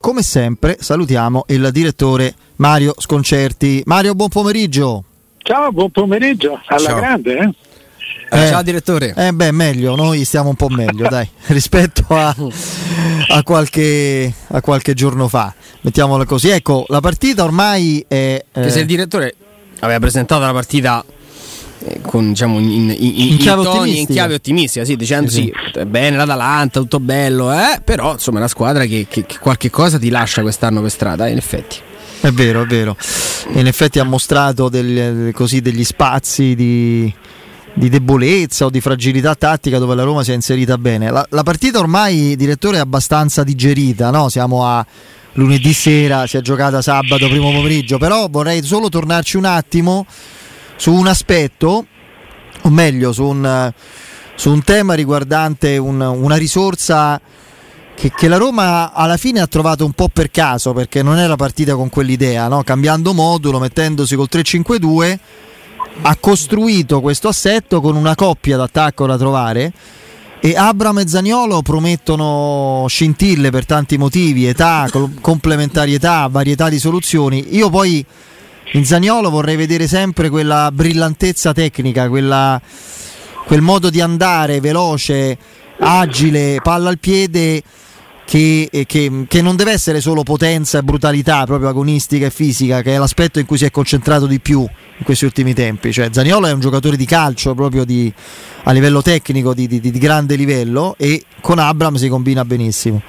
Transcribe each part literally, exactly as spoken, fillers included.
come sempre salutiamo il direttore Mario Sconcerti. Mario, buon pomeriggio. Ciao, buon pomeriggio, alla Ciao. grande eh? Eh, Ciao direttore. Eh beh, meglio, noi stiamo un po' meglio, dai, rispetto a, a, qualche, a qualche giorno fa, mettiamola così. Ecco, la partita ormai è... Che eh... se il direttore aveva presentato la partita eh, con, diciamo, in, in, in, in, chiave in, toni, in chiave ottimistica, sì, dicendo sì, sì, bene l'Atalanta, tutto bello, eh, però insomma è una squadra che, che, che qualche cosa ti lascia quest'anno per strada, eh, in effetti. È vero, è vero. In effetti ha mostrato del, così, degli spazi di... di debolezza o di fragilità tattica dove la Roma si è inserita bene. La, la partita ormai, direttore, è abbastanza digerita, no? Siamo a lunedì sera, si è giocata sabato primo pomeriggio, però vorrei solo tornarci un attimo su un aspetto, o meglio su un, su un tema riguardante un, una risorsa che, che la Roma alla fine ha trovato un po' per caso, perché non era partita con quell'idea, no? Cambiando modulo, mettendosi col tre cinque due, ha costruito questo assetto con una coppia d'attacco da trovare, e Abraham e Zaniolo promettono scintille per tanti motivi, età, complementarietà, varietà di soluzioni. Io poi in Zaniolo vorrei vedere sempre quella brillantezza tecnica, quella, quel modo di andare veloce, agile, palla al piede, Che, che, che non deve essere solo potenza e brutalità proprio agonistica e fisica, che è l'aspetto in cui si è concentrato di più in questi ultimi tempi. Cioè Zaniolo è un giocatore di calcio proprio di, a livello tecnico di, di, di grande livello, e con Abraham si combina benissimo.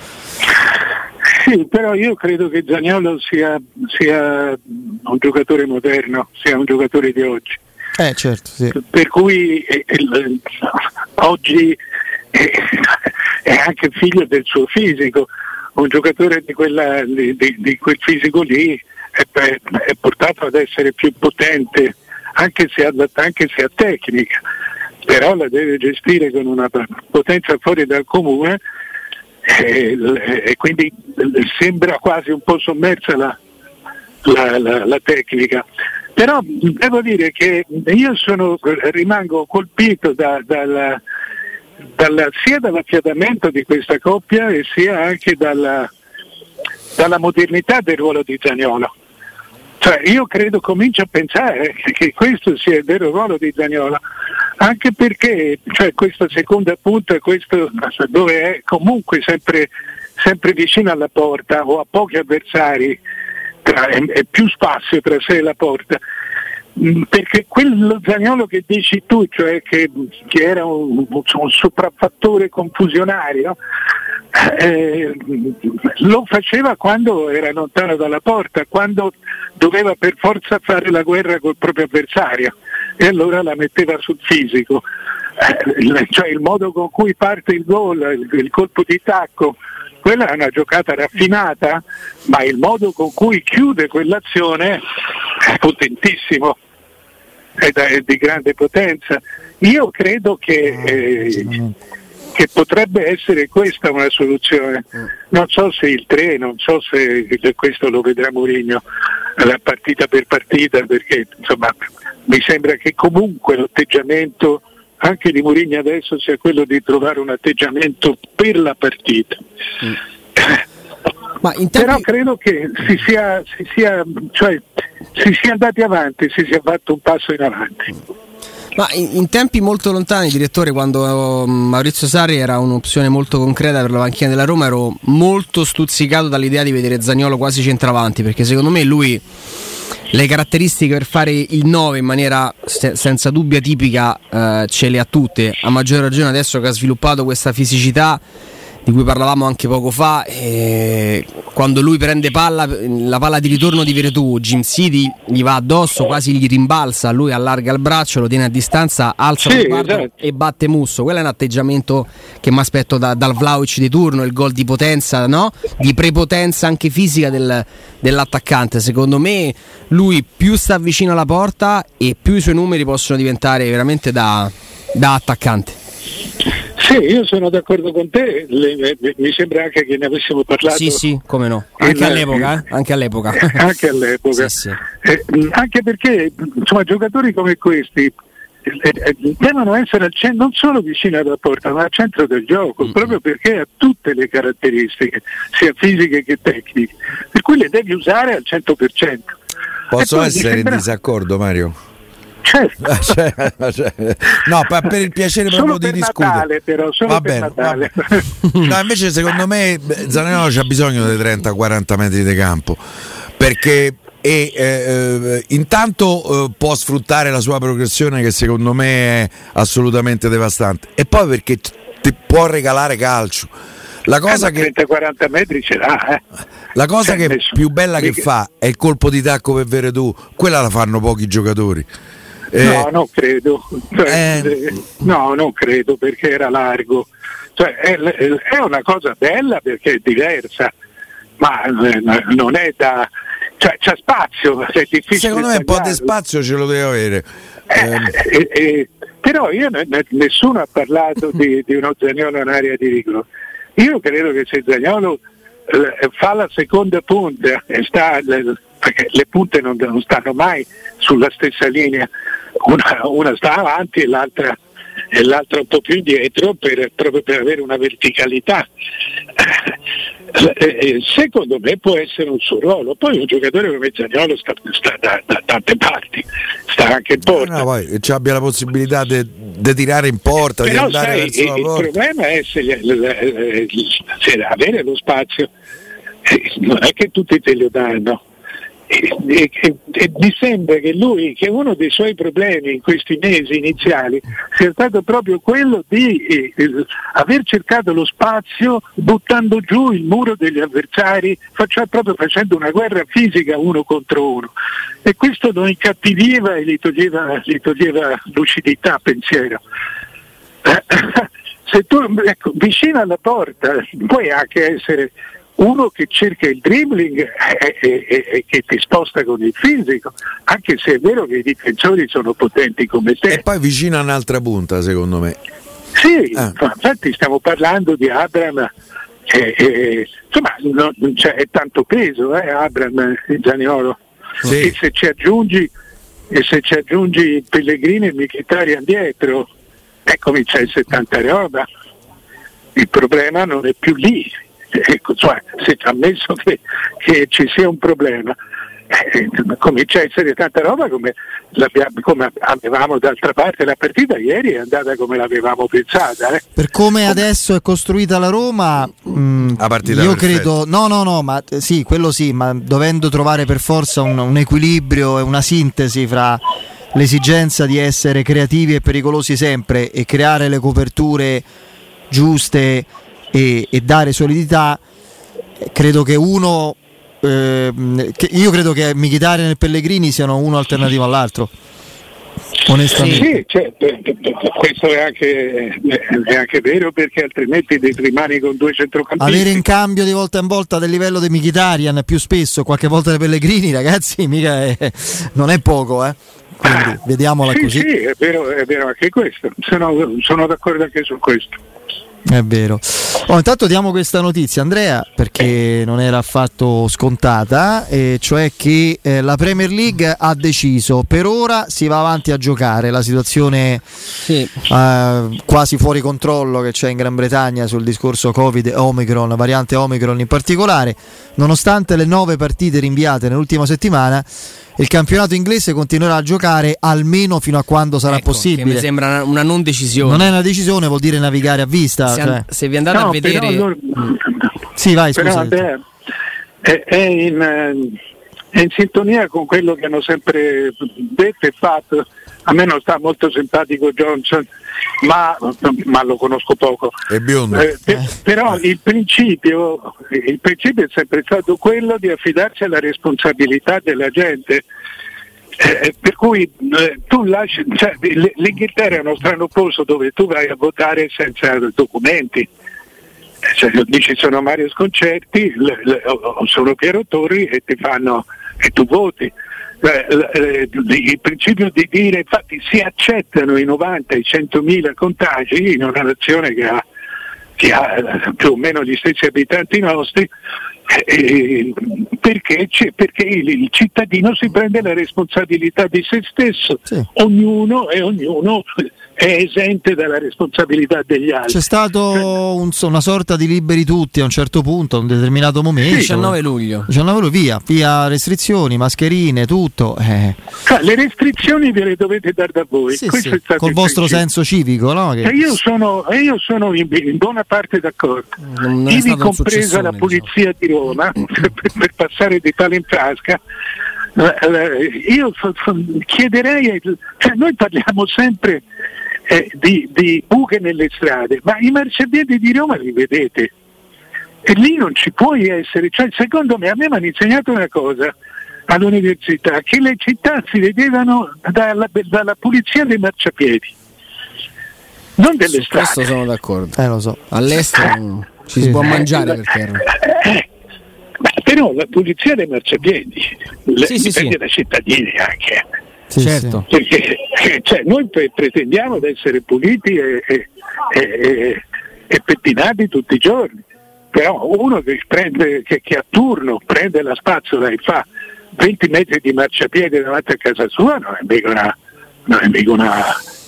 Sì, però io credo che Zaniolo sia, sia un giocatore moderno, sia un giocatore di oggi. Eh certo, sì. Per cui eh, eh, oggi è anche figlio del suo fisico, un giocatore di, quella, di, di, di quel fisico lì è, è portato ad essere più potente, anche se, ha, anche se ha tecnica, però la deve gestire con una potenza fuori dal comune, e, e quindi sembra quasi un po' sommersa la, la, la, la tecnica. Però devo dire che io sono, rimango colpito da, dalla Dalla, sia dall'affiatamento di questa coppia e sia anche dalla, dalla modernità del ruolo di Zaniolo. Cioè io credo, comincio a pensare che questo sia il vero ruolo di Zaniolo, anche perché cioè, questa seconda punta, questo, dove è comunque sempre, sempre vicino alla porta o a pochi avversari, tra, è, è più spazio tra sé e la porta. Perché quello Zaniolo che dici tu, cioè che, che era un, un sopraffattore confusionario, eh, lo faceva quando era lontano dalla porta, quando doveva per forza fare la guerra col proprio avversario, e allora la metteva sul fisico, eh, cioè il modo con cui parte il gol, il, il colpo di tacco, quella è una giocata raffinata, ma il modo con cui chiude quell'azione è potentissimo, è, da, è di grande potenza. Io credo che, eh, che potrebbe essere questa una soluzione. Non so se il tre, non so se questo lo vedrà Mourinho la partita per partita, perché insomma mi sembra che comunque l'atteggiamento anche di Mourinho adesso sia quello di trovare un atteggiamento per la partita. Mm. Ma in tempi... Però credo che si sia, si sia, cioè, si sia andati avanti, si sia fatto un passo in avanti. Ma in, in tempi molto lontani, direttore, quando Maurizio Sarri era un'opzione molto concreta per la panchina della Roma, ero molto stuzzicato dall'idea di vedere Zaniolo quasi centravanti, perché secondo me lui le caratteristiche per fare il nove in maniera se- senza dubbio tipica eh, ce le ha tutte, a maggior ragione adesso che ha sviluppato questa fisicità di cui parlavamo anche poco fa, e quando lui prende palla, la palla di ritorno di Veretù, Jim City gli va addosso, quasi gli rimbalza, lui allarga il braccio, lo tiene a distanza, alza sì, lo sguardo esatto. e batte Musso. Quello è un atteggiamento che mi aspetto da, dal Vlahovic di turno, il gol di potenza, no? Di prepotenza anche fisica del, dell'attaccante. Secondo me lui più sta vicino alla porta e più i suoi numeri possono diventare veramente da, da attaccante. Sì, io sono d'accordo con te, le, le, mi sembra anche che ne avessimo parlato. Sì, sì, come no, anche in, all'epoca, eh? anche all'epoca. Anche all'epoca. Sì, sì. Eh, anche perché insomma giocatori come questi eh, devono essere al centro, non solo vicino alla porta, ma al centro del gioco, mm. proprio perché ha tutte le caratteristiche, sia fisiche che tecniche, per cui le devi usare al cento per cento. Posso essere sembra... in disaccordo, Mario? Certo. cioè, cioè, no, per il piacere proprio di discutere. Natale, però, solo va per bene, Natale. No, invece secondo me Zaniolo c'ha bisogno dei trenta quaranta metri di campo, perché e eh, intanto eh, può sfruttare la sua progressione, che secondo me è assolutamente devastante, e poi perché ti può regalare calcio. La cosa eh, che trenta quaranta metri ce l'ha, eh. La cosa cioè, che nessuno. più bella che fa è il colpo di tacco per Veretù, quella la fanno pochi giocatori. Eh, no, non credo. Cioè, eh, no, non credo, perché era largo. Cioè, è, è una cosa bella perché è diversa, ma non è da. Cioè, c'è spazio, è difficile. Secondo me un po' di spazio ce lo deve avere. Eh, eh, eh, però io n- nessuno ha parlato di, di uno Zaniolo in area di rigore. Io credo che se Zaniolo eh, fa la seconda punta e sta, le, perché le punte non, non stanno mai sulla stessa linea, una, una sta avanti e l'altra, e l'altra un po' più indietro, per, proprio per avere una verticalità. Eh, secondo me può essere un suo ruolo. Poi un giocatore come Zaniolo sta, sta da, da tante parti, sta anche in porta. No, poi ci abbia la possibilità di tirare in porta, però di andare sai, verso la il porta. problema è se, se, se avere lo spazio, eh, non è che tutti te lo danno. E, e, e, e mi sembra che lui, che uno dei suoi problemi in questi mesi iniziali sia stato proprio quello di eh, eh, aver cercato lo spazio buttando giù il muro degli avversari, faccia, proprio facendo una guerra fisica uno contro uno, e questo lo incattiviva e gli toglieva, gli toglieva lucidità, pensiero. Se tu, ecco, vicino alla porta puoi anche essere uno che cerca il dribbling e, e, e, e che ti sposta con il fisico, anche se è vero che i difensori sono potenti come te. E poi vicino a un'altra punta, secondo me. Sì, ah. infatti stiamo parlando di Abraham, e, e, insomma non, non c'è è tanto peso, eh, Abraham e Zaniolo. Sì. E se ci aggiungi e se ci aggiungi Pellegrini e Mkhitaryan dietro, e comincia a essere tanta roba. Il problema non è più lì. Ecco, cioè, se ci ha ammesso che, che ci sia un problema, eh, comincia a essere tanta roba come, come avevamo d'altra parte. La partita ieri è andata come l'avevamo pensata, eh. Per come adesso è costruita la Roma, mh, la partita io perfetta. credo no no no ma sì, quello sì, ma dovendo trovare per forza un, un equilibrio e una sintesi fra l'esigenza di essere creativi e pericolosi sempre e creare le coperture giuste E, e dare solidità, credo che uno eh, che io credo che Mkhitaryan e Pellegrini siano uno alternativo all'altro, onestamente. Sì, certo, questo è anche, è anche vero, perché altrimenti rimani con due centrocampisti. Avere in cambio di volta in volta del livello di Mkhitaryan più spesso, qualche volta di Pellegrini, ragazzi, mica è, non è poco, eh. Quindi vediamola sì, così. Sì, è vero, è vero anche questo, sono, sono d'accordo anche su questo. È vero. Oh, intanto diamo questa notizia, Andrea, perché non era affatto scontata, eh, cioè che eh, la Premier League ha deciso, per ora si va avanti a giocare, la situazione sì. eh, quasi fuori controllo che c'è in Gran Bretagna sul discorso Covid e Omicron, variante Omicron in particolare, nonostante le nove partite rinviate nell'ultima settimana, il campionato inglese continuerà a giocare almeno fino a quando sarà ecco, possibile. Che mi sembra una, una non decisione. Non è una decisione, vuol dire navigare a vista. Se, cioè. an- se vi andate no, a vedere. Allora, sì, vai, scusa. Andrea, è, è, in, è in sintonia con quello che hanno sempre detto e fatto. A me non sta molto simpatico Johnson, ma, ma lo conosco poco. È biondo. Eh, per, però il principio, il principio è sempre stato quello di affidarsi alla responsabilità della gente. Eh, per cui eh, tu lasci, cioè, l'Inghilterra è uno strano posto dove tu vai a votare senza documenti. Eh, cioè, dici sono Mario Sconcerti, l, l, o sono Piero Torri e ti fanno e tu voti. Eh, il principio di dire, infatti si accettano i novanta, i centomila contagi in una nazione che ha, che ha più o meno gli stessi abitanti nostri, eh, perché, c'è, perché il, il cittadino si prende la responsabilità di se stesso, sì. ognuno e ognuno è esente dalla responsabilità degli altri. C'è stato un, una sorta di liberi tutti a un certo punto, a un determinato momento. diciannove luglio. diciannove luglio, via, via restrizioni, mascherine, tutto. Eh. Ah, le restrizioni ve le dovete dare da voi. Sì, Questo sì. è stato Col il vostro principio. senso civico, no? Che... E io sono, e io sono in, in buona parte d'accordo. Non è Ivi stato un compresa successone, la polizia di Roma, per, per passare di palo in frasca. Eh, io f- f- chiederei, ai, cioè noi parliamo sempre eh, di, di buche nelle strade, ma i marciapiedi di Roma li vedete e lì non ci puoi essere. Cioè, secondo me, a me mi hanno insegnato una cosa all'università, che le città si vedevano dalla, dalla pulizia dei marciapiedi, non delle Su strade. questo sono d'accordo. Eh, lo so. All'estero non ci Sì. si può mangiare per terra. Eh, ma però la pulizia dei marciapiedi le, Sì, sì, dipende sì. dai cittadini anche, Sì, Certo. perché eh, cioè, noi pre- pretendiamo di essere puliti e, e, e, e pettinati tutti i giorni, però uno che, prende, che, che a turno prende la spazzola e fa venti metri di marciapiede davanti a casa sua non è mica una, non è mica una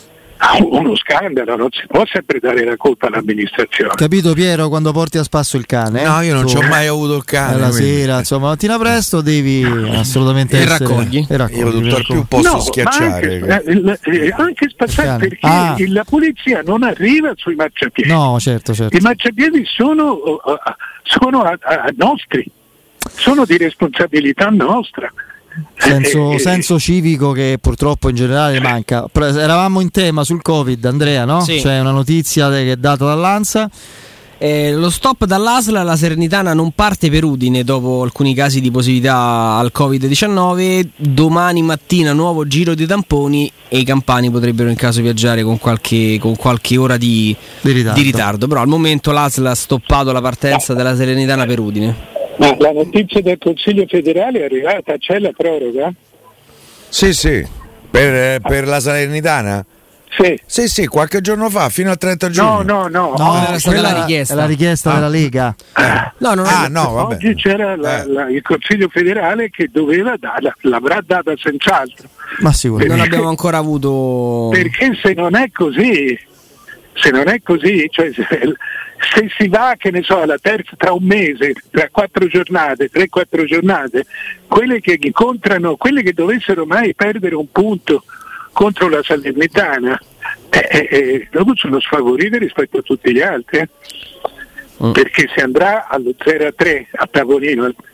uno scandalo, non si può sempre dare la colpa all'amministrazione. Capito Piero, quando porti a spasso il cane? eh? No, io non Su- ci ho mai avuto il cane. la quindi. sera, insomma, mattina presto devi assolutamente E essere- raccogli. e raccogli, Io tutt'al raccogli. più posso No, schiacciare. ma anche, eh, eh, anche spazzare Cane. perché Ah. la polizia non arriva sui marciapiedi. No, certo, certo. I marciapiedi sono, uh, sono a, a- a nostri, sono di responsabilità nostra. Senso, Eh, eh, senso civico che purtroppo in generale manca. Però eravamo in tema sul Covid, Andrea, no? Sì. C'è una notizia che è data dall'ANSA. Eh, lo stop dall'A S L, la Salernitana non parte per Udine dopo alcuni casi di positività al covid diciannove. Domani mattina nuovo giro di tamponi e i campani potrebbero in caso viaggiare con qualche, con qualche ora di, Di ritardo. di ritardo. Però al momento l'A S L ha stoppato la partenza della Salernitana per Udine. Ma la notizia del Consiglio federale è arrivata, c'è la proroga? Sì, sì. Per, eh, per la Salernitana? Sì. Sì, sì, qualche giorno fa, fino al trenta giugno. No, no, no. No, era stata quella la richiesta. è la richiesta Ah. della Lega. No, non Ah, è... no, vabbè. Oggi c'era la- Eh. la- il Consiglio federale che doveva darla, l'avrà data senz'altro. Ma sicuramente. non abbiamo ancora avuto. Perché se non è così, se non è così, cioè se, se si va, che ne so, alla terza tra un mese, tra quattro giornate, tre quattro giornate, quelle che incontrano, quelle che dovessero mai perdere un punto contro la Salernitana, eh, eh, eh, dopo sono sfavorite rispetto a tutti gli altri, eh. Mm. Perché si andrà allo zero a tre a tavolino eh,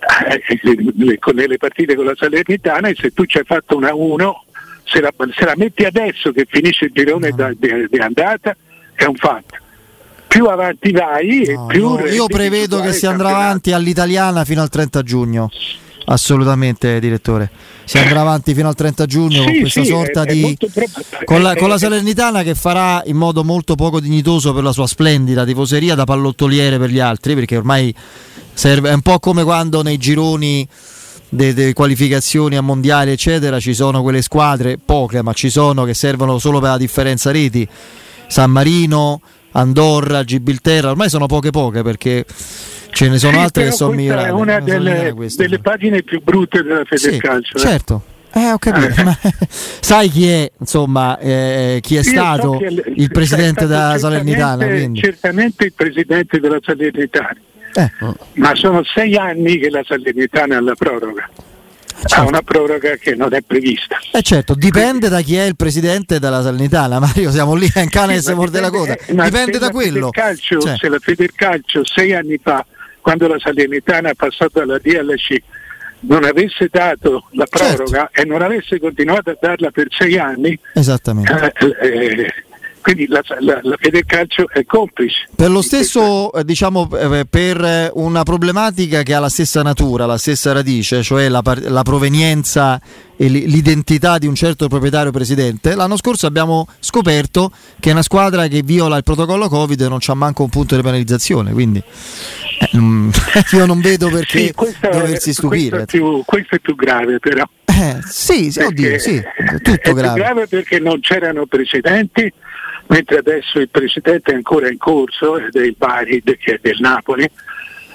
le- le- con- nelle partite con la Salernitana, e se tu ci hai fatto una uno, se la, se la metti adesso che finisce il girone da- di, di andata, è un fatto. Più avanti vai e No, più no, rendi io di prevedo titolare che si il andrà campionato. avanti all'italiana fino al trenta giugno. Assolutamente, direttore. Si andrà avanti fino al trenta giugno con Sì, questa sì, sorta è- è di. molto probabile. Con la, Eh, con la eh, Salernitana che farà in modo molto poco dignitoso per la sua splendida tifoseria da pallottoliere per gli altri, perché ormai serve, è un po' come quando nei gironi delle qualificazioni a mondiali eccetera ci sono quelle squadre, poche ma ci sono, che servono solo per la differenza reti. San Marino, Andorra, Gibilterra, ormai sono poche poche perché ce ne sono sì, altre che però sono questa migliorate. è una Non so delle, migliorare questo. delle pagine più brutte della Sì, Federcalcio. eh. certo. Eh, ho capito, ma sai chi è, insomma, eh, chi è Io so stato che è- il presidente è stato della Salernitana? certamente- Quindi. Certamente il presidente della Salernitana, Eh, ma sono sei anni che la Salernitana ha la proroga. Ha certo. una proroga che non è prevista. Eh, certo, dipende da chi è il presidente della Salernitana, Mario, siamo lì a un cane che Sì, si ma morde la coda. eh, ma Dipende se da la quello. Federcalcio, Cioè, se la Federcalcio sei anni fa, quando la Salernitana è passata alla D L C, non avesse dato la proroga e non avesse continuato a darla per sei anni, esattamente. eh, eh, quindi la, la, la Federcalcio è complice. Per lo stesso, eh, diciamo, eh, per eh, una problematica che ha la stessa natura, la stessa radice, cioè la, par- la provenienza e l- l'identità di un certo proprietario presidente, l'anno scorso abbiamo scoperto che è una squadra che viola il protocollo Covid e non c'ha manco un punto di penalizzazione, quindi eh, mm, io non vedo perché Sì, questo è- doversi stupire. Questo è, più, questo è più grave però. Eh, sì, sì, oddio, Perché sì, è tutto più grave. grave perché non c'erano precedenti, mentre adesso il presidente è ancora in corso ed è il Bari che è del Napoli,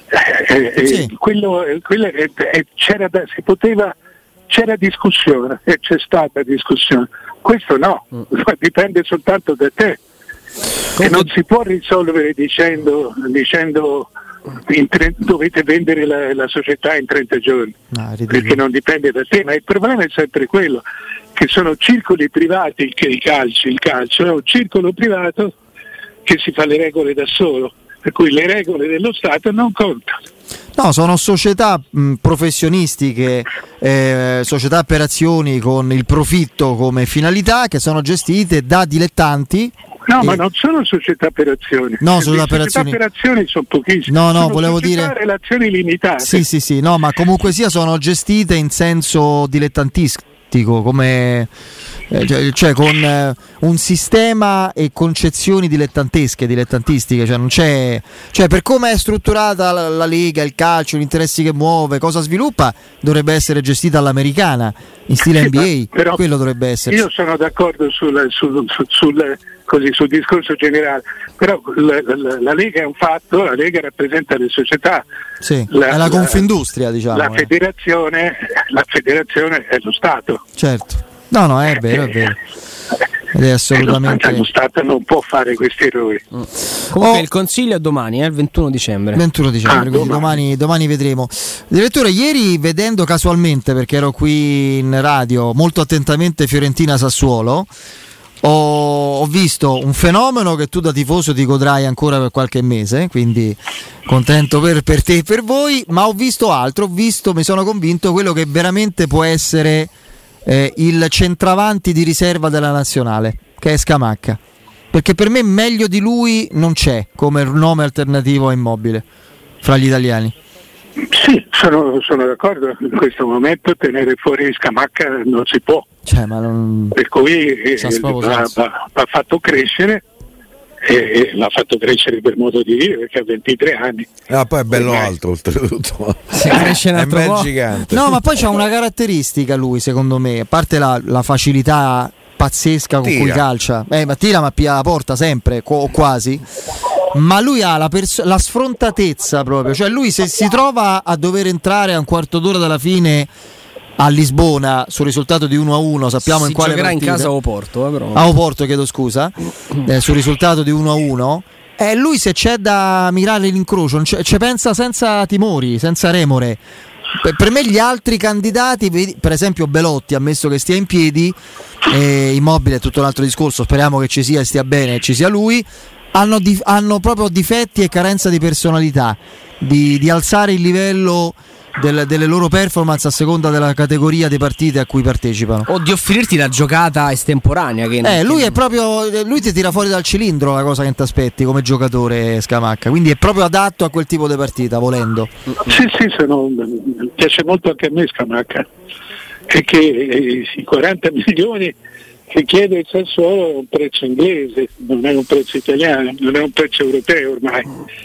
eh, eh, Sì. quello, quello, eh, eh, c'era da, si poteva, c'era discussione e c'è stata discussione. Questo no, Mm. dipende soltanto da te. E non si può risolvere dicendo, dicendo in tre, dovete vendere la, la società in trenta giorni, No, è ridicolo. perché non dipende da te, ma il problema è sempre quello, che sono circoli privati, che il calcio, il calcio è un circolo privato che si fa le regole da solo, per cui le regole dello Stato non contano. No, sono società mh, professionistiche, eh, società per azioni con il profitto come finalità, che sono gestite da dilettanti. No, e- ma non sono società per azioni. No, Le società per azioni. per azioni sono pochissime. No, no, Sono volevo società dire- a relazioni limitate. Sì, sì, sì, no, ma comunque sia sono gestite in senso dilettantistico, come eh, cioè, cioè con eh, un sistema e concezioni dilettantesche, dilettantistiche, cioè non c'è, cioè per come è strutturata la, la Lega, il calcio, gli interessi che muove, cosa sviluppa, dovrebbe essere gestita all'americana, in stile Sì, N B A, però quello dovrebbe essere. Io sono d'accordo sul, sul, sul, sul, così, sul discorso generale, però la, la, la Lega è un fatto, la Lega rappresenta le società. Sì, la- è la Confindustria, diciamo. La eh. federazione, la federazione è lo Stato. Certo. No, no, è vero, è vero. Ed è assolutamente. Lo Stato non può fare questi errori. Comunque Oh. il consiglio è domani, eh, il ventuno dicembre. ventuno dicembre, Ah, quindi domani, domani. domani vedremo. Direttore, ieri vedendo casualmente, perché ero qui in radio, molto attentamente Fiorentina-Sassuolo, ho, ho visto un fenomeno che tu da tifoso ti godrai ancora per qualche mese, quindi contento per, per te e per voi, ma ho visto altro, ho visto, mi sono convinto quello che veramente può essere eh, il centravanti di riserva della nazionale, che è Scamacca. Perché per me meglio di lui non c'è come nome alternativo a Immobile fra gli italiani. Sì, sono, sono d'accordo, in questo momento tenere fuori Scamacca non si può, Cioè, ma non... per cui eh, Sa proprio va, senso. va- va fatto crescere e, e l'ha fatto crescere per modo di dire, perché ha ventitré anni. Ah, poi è bello Ormai. alto oltretutto. Se cresce un È un altro bel po'. gigante. No, ma poi c'ha una caratteristica lui, secondo me, a parte la, la facilità pazzesca con Tira. cui calcia. Eh, ma tira, ma pia la porta sempre, o quasi. Ma lui ha la, pers- la sfrontatezza proprio, cioè lui se si trova a dover entrare a un quarto d'ora dalla fine a Lisbona sul risultato di uno a uno, sappiamo Si in quale giocherà partita. in casa o Porto, eh, però. a Oporto, chiedo scusa, eh, sul risultato di uno a uno. E lui se c'è da mirare l'incrocio, non c'è- ci pensa senza timori, senza remore. Per, per me gli altri candidati, vedi, per esempio Belotti, ammesso che stia in piedi, eh, Immobile è tutto un altro discorso, speriamo che ci sia e stia bene e ci sia lui, hanno, di- hanno proprio difetti e carenza di personalità, di, di alzare il livello del- delle loro performance a seconda della categoria di partite a cui partecipano. O di offrirti la giocata estemporanea. Che Eh, lui che- è proprio. Lui ti tira fuori dal cilindro la cosa che ti aspetti come giocatore, Scamacca. Quindi è proprio adatto a quel tipo di partita, volendo. Sì, sì, sono, mi piace molto anche a me Scamacca, e che eh, i quaranta milioni che chiede il Sassuolo è un prezzo inglese, non è un prezzo italiano, non è un prezzo europeo ormai.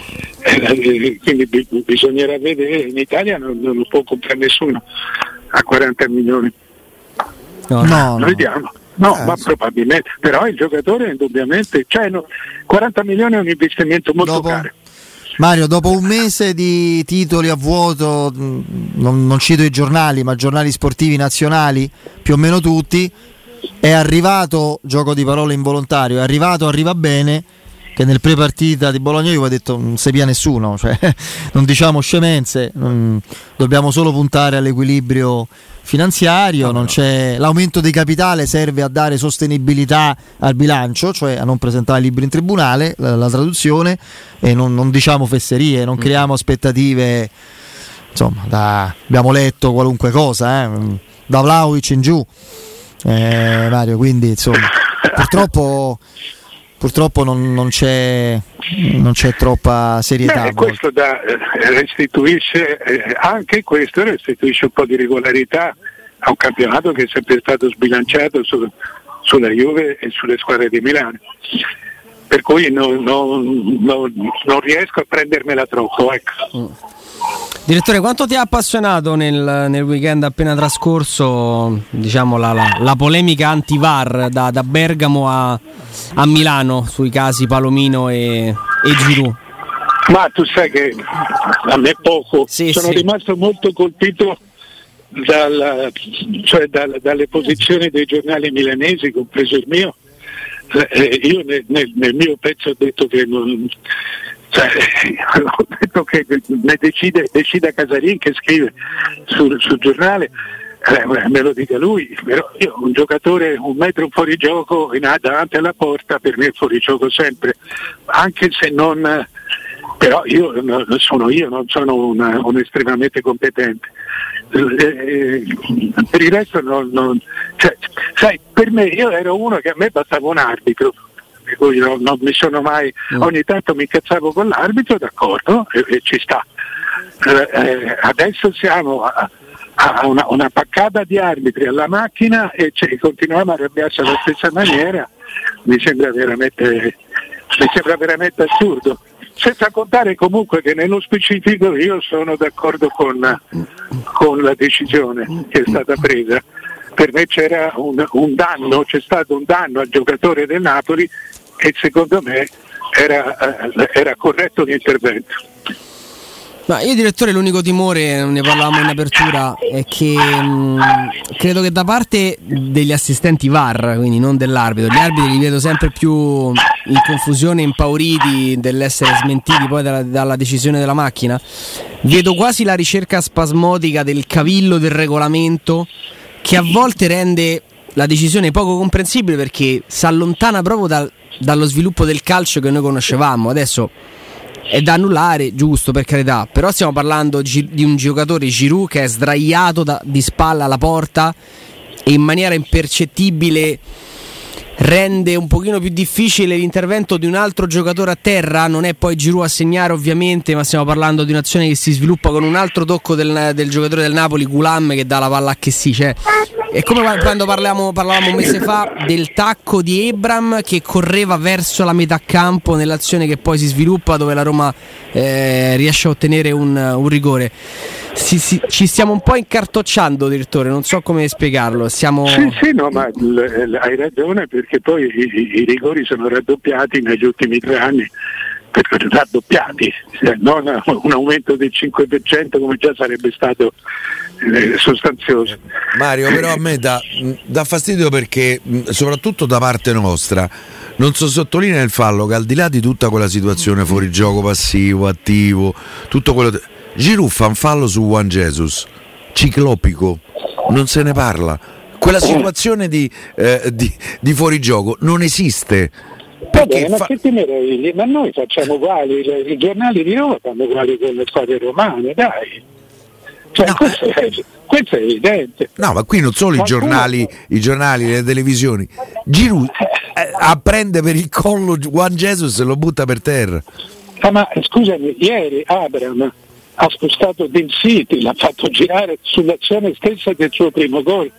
Eh, quindi bi- bisognerà vedere, in Italia non, non lo può comprare nessuno a quaranta milioni. No, no. No, Lo no. vediamo. No, Eh, ma sì. probabilmente, però il giocatore indubbiamente, cioè no, quaranta milioni è un investimento molto Dopo- caro. Mario, dopo un mese di titoli a vuoto, mh, non, non cito i giornali, ma giornali sportivi nazionali, più o meno tutti, è arrivato, gioco di parole involontario, è arrivato, arriva bene, che nel pre-partita di Bologna io ho detto non si pia nessuno, cioè, non diciamo scemenze, mm, dobbiamo solo puntare all'equilibrio finanziario, non c'è, l'aumento di capitale serve a dare sostenibilità al bilancio, cioè a non presentare libri in tribunale, la, la traduzione, e non, non diciamo fesserie, non creiamo aspettative, insomma, da, abbiamo letto qualunque cosa, eh, da Vlahovic in giù, eh, Mario, quindi insomma, purtroppo... Purtroppo non, non, c'è, non c'è troppa serietà. Beh, a volte. questo da, eh, restituisce, eh, anche questo restituisce un po' di regolarità a un campionato che è sempre stato sbilanciato su, sulla Juve e sulle squadre di Milano. Per cui non, non- non- non riesco a prendermela troppo. Ecco. Direttore, quanto ti ha appassionato nel, nel weekend appena trascorso, diciamo, la, la- la polemica anti-V A R da, da Bergamo a, a Milano sui casi Palomino e, e Giroud? Ma tu sai che a me poco, sì, sono sì. rimasto molto colpito dalla, cioè dal, dalle posizioni dei giornali milanesi, compreso il mio. Eh, io nel, nel, nel mio pezzo ho detto che non, cioè, ho detto che ne decide, decide Casarin che scrive sul, sul giornale. Eh, me lo dica lui, però io un giocatore un metro fuori gioco in, davanti alla porta per me è fuori gioco sempre, anche se non, però io non sono io, non sono una, un estremamente competente. Eh, per il resto non, non cioè, sai, per me io ero uno che a me bastava un arbitro, per cui non, non mi sono mai, mm. ogni tanto mi incazzavo con l'arbitro, d'accordo, e, e ci sta. Eh, eh, adesso siamo a a una, una paccata di arbitri alla macchina e cioè, continuiamo a arrabbiarsi alla stessa maniera, mi sembra veramente mi sembra veramente assurdo, senza contare comunque che nello specifico io sono d'accordo con, con la decisione che è stata presa. Per me c'era un, un danno, c'è stato un danno al giocatore del Napoli e secondo me era, era corretto l'intervento. Ma io direttore l'unico timore, ne parlavamo in apertura, è che mh, credo che da parte degli assistenti V A R, quindi non dell'arbitro, gli arbitri li vedo sempre più in confusione, impauriti dell'essere smentiti poi dalla, dalla decisione della macchina. Vedo quasi la ricerca spasmodica del cavillo del regolamento che a volte rende la decisione poco comprensibile perché si allontana proprio dal, dallo sviluppo del calcio che noi conoscevamo. Adesso è da annullare, giusto, per carità, però stiamo parlando di un giocatore, Giroud, che è sdraiato da, di spalla alla porta e in maniera impercettibile rende un pochino più difficile l'intervento di un altro giocatore a terra. Non è poi Giroud a segnare ovviamente, ma stiamo parlando di un'azione che si sviluppa con un altro tocco del, del giocatore del Napoli, Gulam, che dà la palla a Chessy. Cioè, è come quando parliamo, parlavamo un mese fa del tacco di Ebram che correva verso la metà campo nell'azione che poi si sviluppa dove la Roma eh, riesce a ottenere un, un rigore. Si, si, ci stiamo un po' incartocciando, direttore, non so come spiegarlo. Siamo... Sì, sì, no, ma l- l- hai ragione, perché poi i, i rigori sono raddoppiati negli ultimi tre anni, per, raddoppiati, cioè non un aumento del cinque per cento come già sarebbe stato eh, sostanzioso. Mario, però a me dà, dà fastidio perché soprattutto da parte nostra non si sottolinea il fallo che al di là di tutta quella situazione fuori gioco passivo, attivo, tutto quello de- Giroud fa un fallo su Juan Jesus ciclopico, non se ne parla. Quella situazione di, eh, di, di fuorigioco non esiste. Vabbè, ma fa... che ti meravigli? Ma noi facciamo uguali, i giornali di Roma fanno uguali con le squadre romane, dai. Cioè, no. questo, è, questo è evidente. No, ma qui non solo i giornali, i giornali, le televisioni. Giroud eh, apprende per il collo Juan Jesus e lo butta per terra. Ah, ma scusami, ieri Abraham ha spostato Dean City, l'ha fatto girare sull'azione stessa del suo primo gol.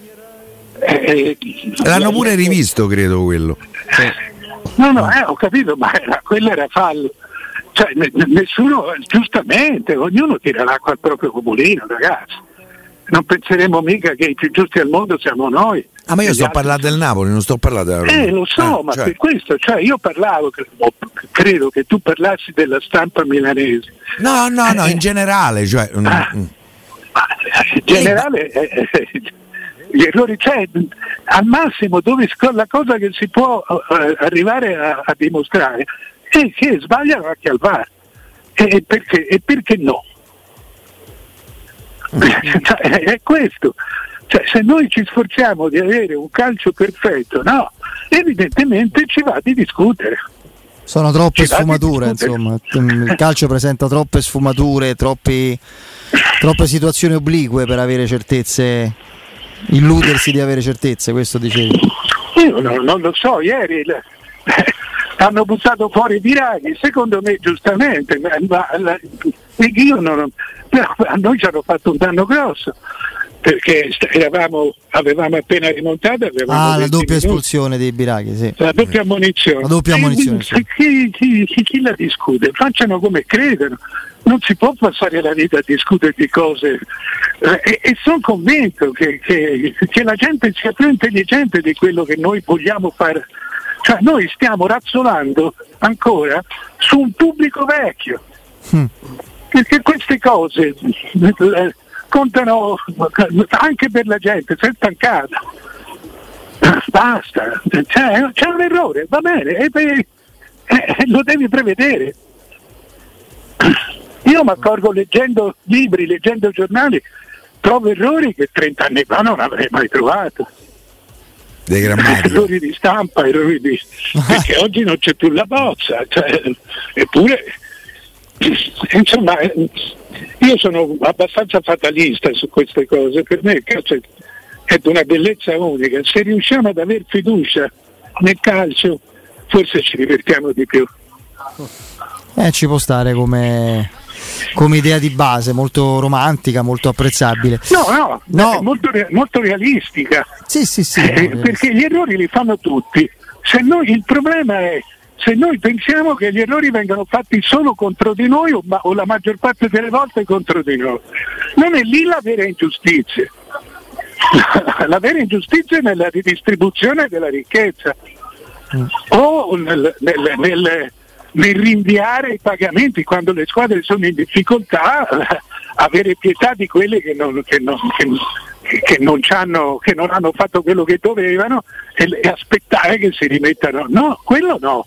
Eh, L'hanno pure rivisto, credo, quello. No, no, eh, ho capito, ma era, quello era fallo. Cioè, n- nessuno, giustamente, ognuno tira l'acqua al proprio comodino, ragazzi. Non penseremo mica che i più giusti al mondo siamo noi. Ah, ma io sto altri... parlando del Napoli, non sto parlando della Roma. Eh, lo so, ah, ma cioè... per questo, cioè io parlavo, credo che tu parlassi della stampa milanese. No, no, no, eh, in generale, cioè... Ah, ma in generale... Eh, eh, gli errori, cioè al massimo dove la cosa che si può uh, arrivare a, a dimostrare è che sbagliano anche al V A R e, e, perché, e perché no? Cioè, è questo, cioè, se noi ci sforziamo di avere un calcio perfetto, no, evidentemente ci va di discutere. Sono troppe sfumature, insomma, il calcio presenta troppe sfumature, troppi, troppe situazioni oblique per avere certezze, illudersi di avere certezze, questo dicevi. Io no, non lo so, ieri le, hanno buttato fuori Biraghi, secondo me giustamente, ma, ma la, io non, però a noi ci hanno fatto un danno grosso, perché eravamo, avevamo appena rimontato, avevamo ah, la doppia minuti. Espulsione dei Biraghi, sì. La doppia ammonizione. La doppia ammonizione, sì. chi, chi, chi, chi la discute? Facciano come credono. Non si può passare la vita a discutere di cose eh, e, e sono convinto che, che, che la gente sia più intelligente di quello che noi vogliamo far, Cioè noi stiamo razzolando ancora su un pubblico vecchio, mm. perché queste cose eh, contano anche per la gente, si è stancata. Basta, c'è, c'è un errore, va bene, e beh, eh, lo devi prevedere. Io mi accorgo leggendo libri, leggendo giornali, trovo errori che trent'anni fa non avrei mai trovato. Dei grammatica. Errori di stampa, errori di... perché oggi non c'è più la bozza, cioè, eppure insomma io sono abbastanza fatalista su queste cose. Per me il calcio è una bellezza unica, se riusciamo ad aver fiducia nel calcio forse ci divertiamo di più. Eh, ci può stare come, come idea di base, molto romantica, molto apprezzabile. No, no, no. È molto, molto realistica. Sì, sì, sì. Eh, perché gli errori li fanno tutti. Se noi, il problema è se noi pensiamo che gli errori vengano fatti solo contro di noi o, o la maggior parte delle volte contro di noi. Non è lì la vera ingiustizia. La vera ingiustizia è nella ridistribuzione della ricchezza mm. o nel, nel, nel, nel rinviare i pagamenti quando le squadre sono in difficoltà, avere pietà di quelle che non, che non, che, che non, c'hanno, che non hanno fatto quello che dovevano e, e aspettare che si rimettano. No, quello no.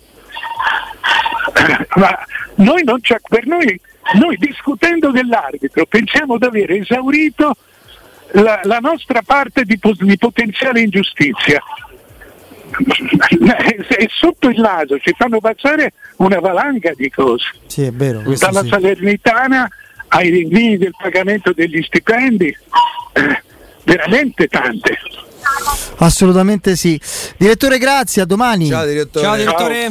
Ma noi non c'è, per noi, noi discutendo dell'arbitro pensiamo di aver esaurito la, la nostra parte di, di potenziale ingiustizia. E sotto il naso ci fanno passare una valanga di cose. Sì, è vero, dalla sì. Salernitana ai rinvii del pagamento degli stipendi, eh, veramente tante. Assolutamente sì. Direttore, grazie, a domani. Ciao direttore. Ciao direttore.